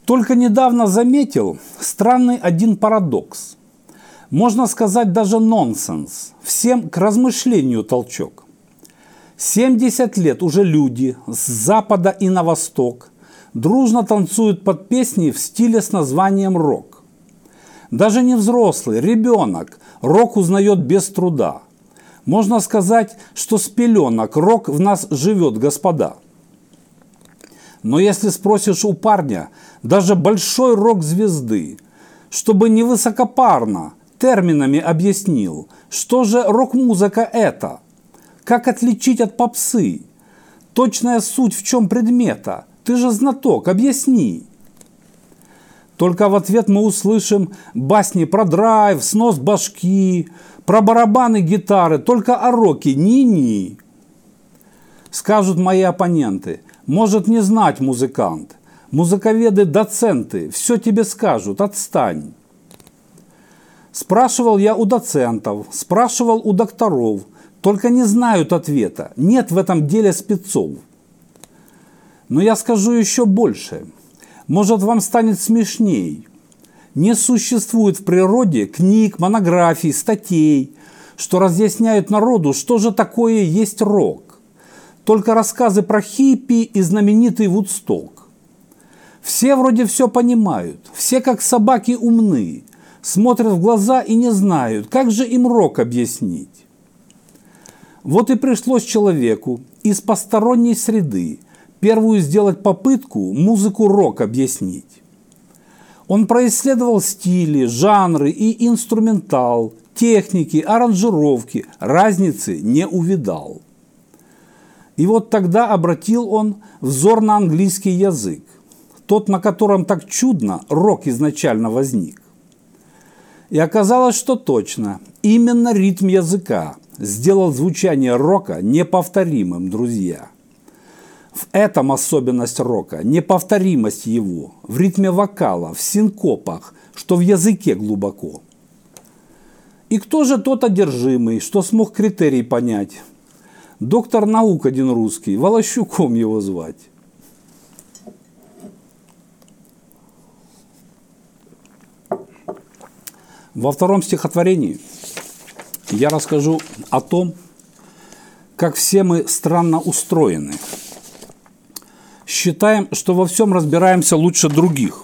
Только недавно заметил странный один парадокс. Можно сказать, даже нонсенс. Всем к размышлению толчок. 70 лет уже люди с запада и на восток дружно танцуют под песни в стиле с названием рок. Даже не взрослый, ребенок рок узнает без труда. Можно сказать, что с пеленок рок в нас живет, господа. Но если спросишь у парня, даже большой рок-звезды, чтобы не высокопарно терминами объяснил, что же рок-музыка это, как отличить от попсы, точная суть в чем предмета, ты же знаток, объясни. Только в ответ мы услышим басни про драйв, снос башки, про барабаны, гитары, только о роке ни-ни. Скажут мои оппоненты, может не знать музыкант, музыковеды, доценты, все тебе скажут, отстань. Спрашивал я у доцентов, спрашивал у докторов, только не знают ответа, нет в этом деле спецов. Но я скажу еще больше. Может, вам станет смешней. Не существует в природе книг, монографий, статей, что разъясняют народу, что же такое есть рок. Только рассказы про хиппи и знаменитый Вудсток. Все вроде все понимают, все как собаки умны, смотрят в глаза и не знают, как же им рок объяснить. Вот и пришлось человеку из посторонней среды первую сделать попытку музыку рок объяснить. Он происследовал стили, жанры и инструментал, техники, аранжировки, разницы не увидал. И вот тогда обратил он взор на английский язык, тот, на котором так чудно рок изначально возник. И оказалось, что точно, именно ритм языка сделал звучание рока неповторимым, друзья. В этом особенность рока, неповторимость его, в ритме вокала, в синкопах, что в языке глубоко. И кто же тот одержимый, что смог критерий понять? Доктор наук один русский, Волощуком его звать. Во втором стихотворении я расскажу о том, как все мы странно устроены. Считаем, что во всем разбираемся лучше других.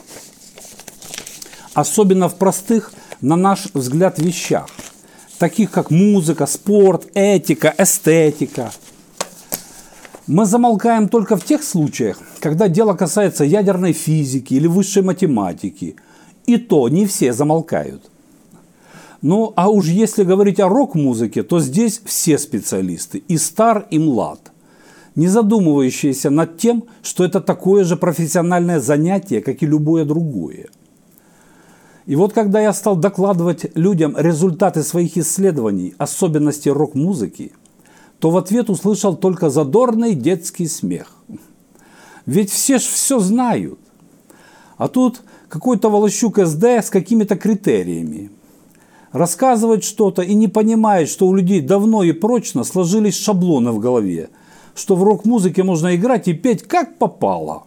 Особенно в простых, на наш взгляд, вещах, таких как музыка, спорт, этика, эстетика. Мы замолкаем только в тех случаях, когда дело касается ядерной физики или высшей математики. И то не все замолкают. Ну, а уж если говорить о рок-музыке, то здесь все специалисты, и стар, и млад, не задумывающиеся над тем, что это такое же профессиональное занятие, как и любое другое. И вот когда я стал докладывать людям результаты своих исследований, особенности рок-музыки, то в ответ услышал только задорный детский смех. Ведь все ж все знают. А тут какой-то Волощук СД с какими-то критериями. Рассказывает что-то и не понимает, что у людей давно и прочно сложились шаблоны в голове, что в рок-музыке можно играть и петь как попало.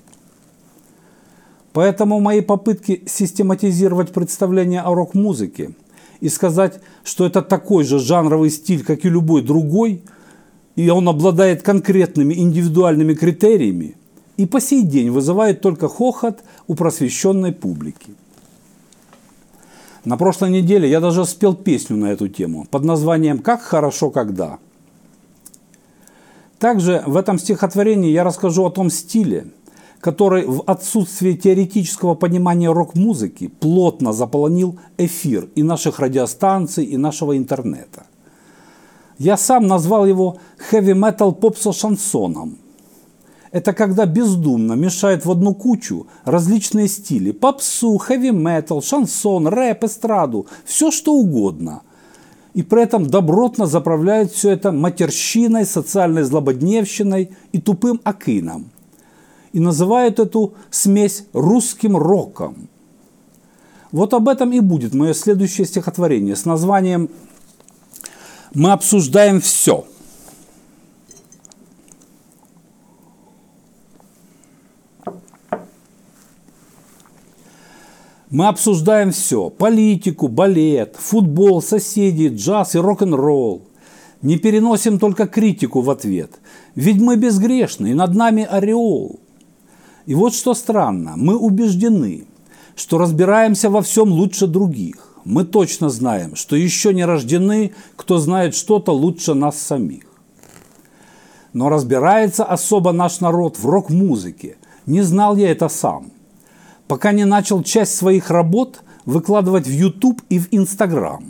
Поэтому мои попытки систематизировать представление о рок-музыке и сказать, что это такой же жанровый стиль, как и любой другой, и он обладает конкретными индивидуальными критериями, и по сей день вызывает только хохот у просвещенной публики. На прошлой неделе я даже спел песню на эту тему под названием «Как хорошо, когда». Также в этом стихотворении я расскажу о том стиле, который в отсутствии теоретического понимания рок-музыки плотно заполонил эфир и наших радиостанций, и нашего интернета. Я сам назвал его хэви-метал поп-со-шансоном. Это когда бездумно мешают в одну кучу различные стили: попсу, хэви-метал, шансон, рэп, эстраду, все что угодно. И при этом добротно заправляют все это матерщиной, социальной злободневщиной и тупым акином. И называют эту смесь русским роком. Вот об этом и будет мое следующее стихотворение с названием «Мы обсуждаем все». Мы обсуждаем все – политику, балет, футбол, соседей, джаз и рок-н-ролл. Не переносим только критику в ответ, ведь мы безгрешны, и над нами ореол. И вот что странно, мы убеждены, что разбираемся во всем лучше других. Мы точно знаем, что еще не рождены, кто знает что-то лучше нас самих. Но разбирается особо наш народ в рок-музыке. Не знал я это сам, пока не начал часть своих работ выкладывать в YouTube и в Instagram.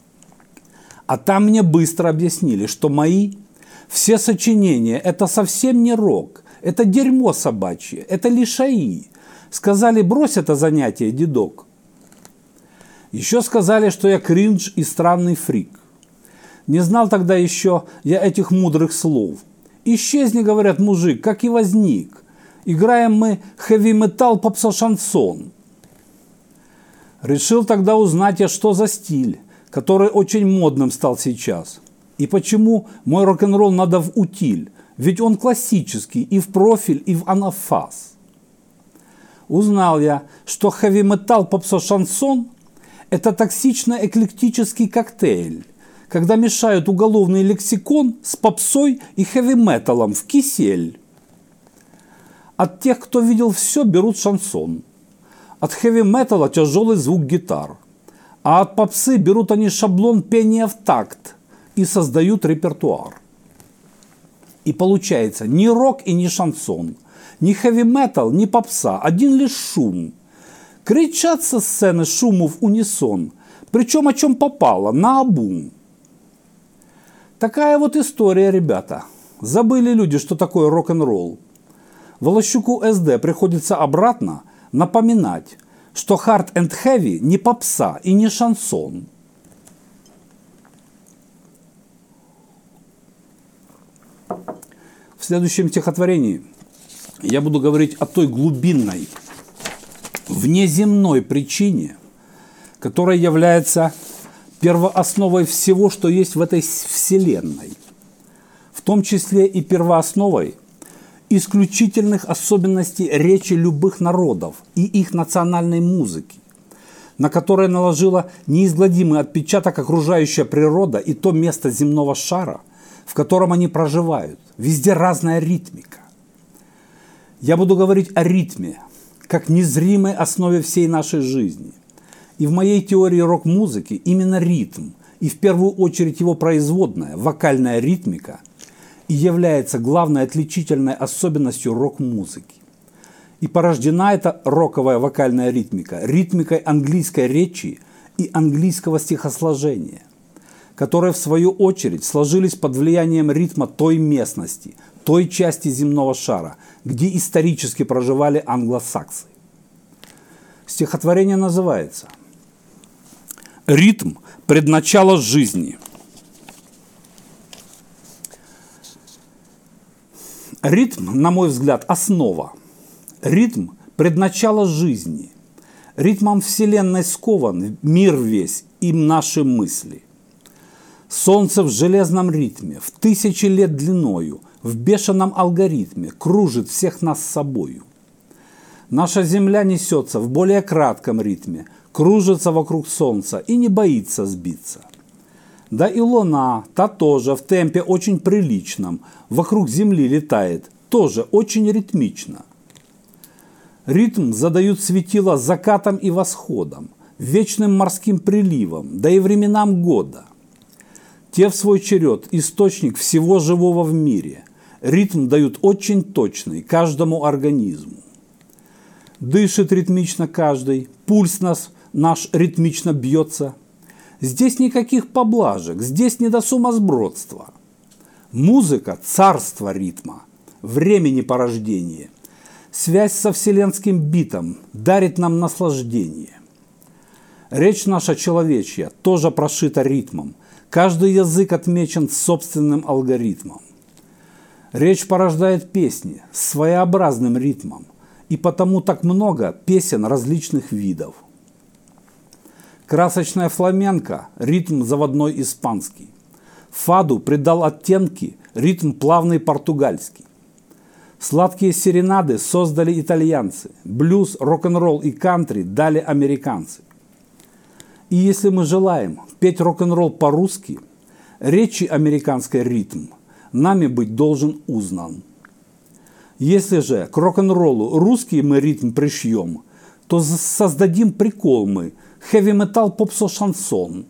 А там мне быстро объяснили, что мои все сочинения – это совсем не рок, это дерьмо собачье, это лишаи. Сказали, брось это занятие, дедок. Еще сказали, что я кринж и странный фрик. Не знал тогда еще я этих мудрых слов. Исчезни, говорят, мужик, как и возник. Играем мы хэви-метал, попса-шансон. Решил тогда узнать я, что за стиль, который очень модным стал сейчас. И почему мой рок-н-ролл надо в утиль, ведь он классический и в профиль, и в анафаз. Узнал я, что хэви-метал, попса-шансон – это токсично-эклектический коктейль, когда мешают уголовный лексикон с попсой и хэви-металом в кисель. От тех, кто видел все, берут шансон. От хэви-металла тяжелый звук гитар. А от попсы берут они шаблон пения в такт и создают репертуар. И получается ни рок и ни шансон, ни хэви-метал, ни попса, один лишь шум. Кричат со сцены шуму в унисон, причем о чем попало, наобум. Такая вот история, ребята. Забыли люди, что такое рок-н-ролл. Волощуку СД приходится обратно напоминать, что hard and heavy не попса и не шансон. В следующем стихотворении я буду говорить о той глубинной, внеземной причине, которая является первоосновой всего, что есть в этой вселенной, в том числе и первоосновой исключительных особенностей речи любых народов и их национальной музыки, на которое наложила неизгладимый отпечаток окружающая природа и то место земного шара, в котором они проживают. Везде разная ритмика. Я буду говорить о ритме, как незримой основе всей нашей жизни. И в моей теории рок-музыки именно ритм, и в первую очередь его производная, вокальная ритмика, и является главной отличительной особенностью рок-музыки. И порождена эта роковая вокальная ритмика ритмикой английской речи и английского стихосложения, которые в свою очередь сложились под влиянием ритма той местности, той части земного шара, где исторически проживали англосаксы. Стихотворение называется «Ритм – предначало жизни». Ритм, на мой взгляд, основа. Ритм – предначало жизни. Ритмом Вселенной скован мир весь и наши мысли. Солнце в железном ритме, в тысячи лет длиною, в бешеном алгоритме кружит всех нас с собою. Наша Земля несется в более кратком ритме, кружится вокруг Солнца и не боится сбиться. Да и Луна, та тоже в темпе очень приличном, вокруг Земли летает, тоже очень ритмично. Ритм задают светила закатом и восходом, вечным морским приливом, да и временам года. Те в свой черед источник всего живого в мире. Ритм дают очень точный каждому организму. Дышит ритмично каждый, пульс наш ритмично бьется. Здесь никаких поблажек, здесь не до сумасбродства. Музыка – царство ритма, времени порождения. Связь со вселенским битом дарит нам наслаждение. Речь наша человечья тоже прошита ритмом. Каждый язык отмечен собственным алгоритмом. Речь порождает песни с своеобразным ритмом, и потому так много песен различных видов. Красочная фламенко – ритм заводной испанский. Фаду придал оттенки ритм плавный португальский. Сладкие серенады создали итальянцы, блюз, рок-н-ролл и кантри дали американцы. И если мы желаем петь рок-н-ролл по-русски, речи американский ритм нами быть должен узнан. Если же к рок-н-роллу русский мы ритм пришьем, то создадим прикол мы хэви-метал попсо-шансон.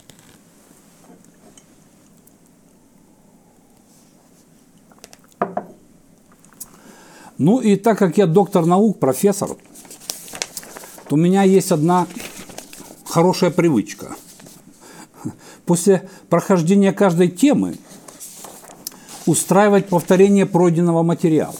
Ну и так как я доктор наук, профессор, то у меня есть одна хорошая привычка. После прохождения каждой темы устраивать повторение пройденного материала.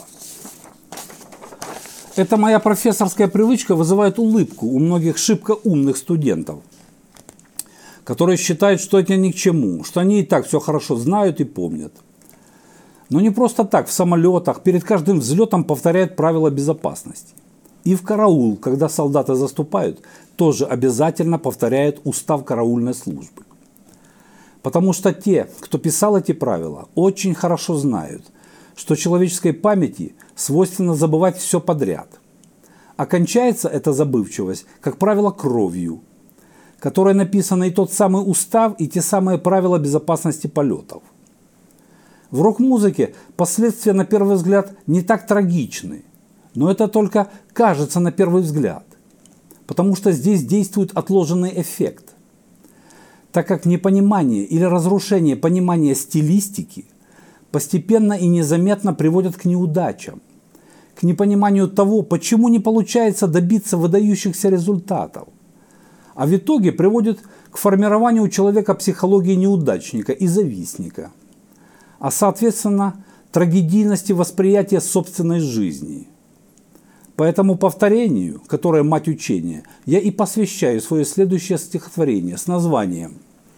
Эта моя профессорская привычка вызывает улыбку у многих шибко умных студентов, которые считают, что это ни к чему, что они и так все хорошо знают и помнят. Но не просто так в самолетах перед каждым взлетом повторяют правила безопасности. И в караул, когда солдаты заступают, тоже обязательно повторяют устав караульной службы. Потому что те, кто писал эти правила, очень хорошо знают, что человеческой памяти свойственно забывать все подряд. А кончается эта забывчивость, как правило, кровью, которой написаны и тот самый устав, и те самые правила безопасности полетов. В рок-музыке последствия на первый взгляд не так трагичны, но это только кажется на первый взгляд, потому что здесь действует отложенный эффект. Так как непонимание или разрушение понимания стилистики постепенно и незаметно приводят к неудачам, к непониманию того, почему не получается добиться выдающихся результатов, а в итоге приводит к формированию у человека психологии неудачника и завистника, а соответственно трагедийности восприятия собственной жизни. Поэтому повторению, которое мать учения, я и посвящаю свое следующее стихотворение с названием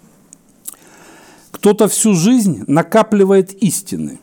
«Кто-то всю жизнь накапливает истины».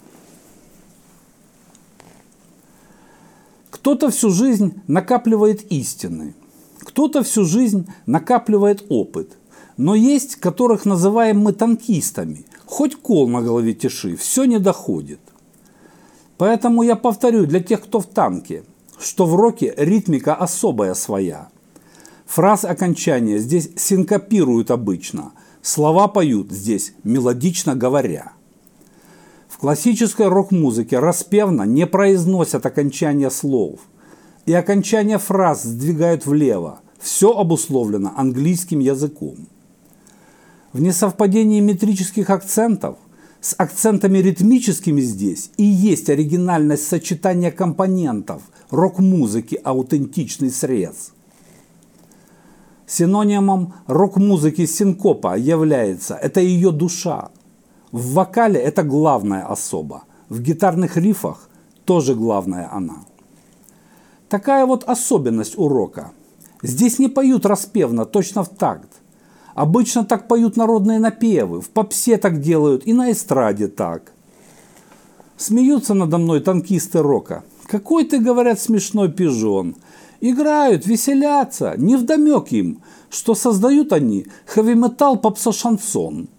Кто-то всю жизнь накапливает истины, кто-то всю жизнь накапливает опыт, но есть, которых называем мы танкистами, хоть кол на голове тиши, все не доходит. Поэтому я повторю для тех, кто в танке, что в роке ритмика особая своя. Фраз окончания здесь синкопируют обычно, слова поют здесь мелодично говоря. В классической рок-музыке распевно не произносят окончания слов, и окончания фраз сдвигают влево, все обусловлено английским языком. В несовпадении метрических акцентов с акцентами ритмическими здесь и есть оригинальность сочетания компонентов рок-музыки аутентичный срез. Синонимом рок-музыки синкопа является это ее душа. В вокале это главная особа, в гитарных рифах тоже главная она. Такая вот особенность у рока. Здесь не поют распевно, точно в такт. Обычно так поют народные напевы, в попсе так делают и на эстраде так. Смеются надо мной танкисты рока. Какой ты, говорят, смешной пижон. Играют, веселятся, невдомек им, что создают они хэви-метал попсо-шансон.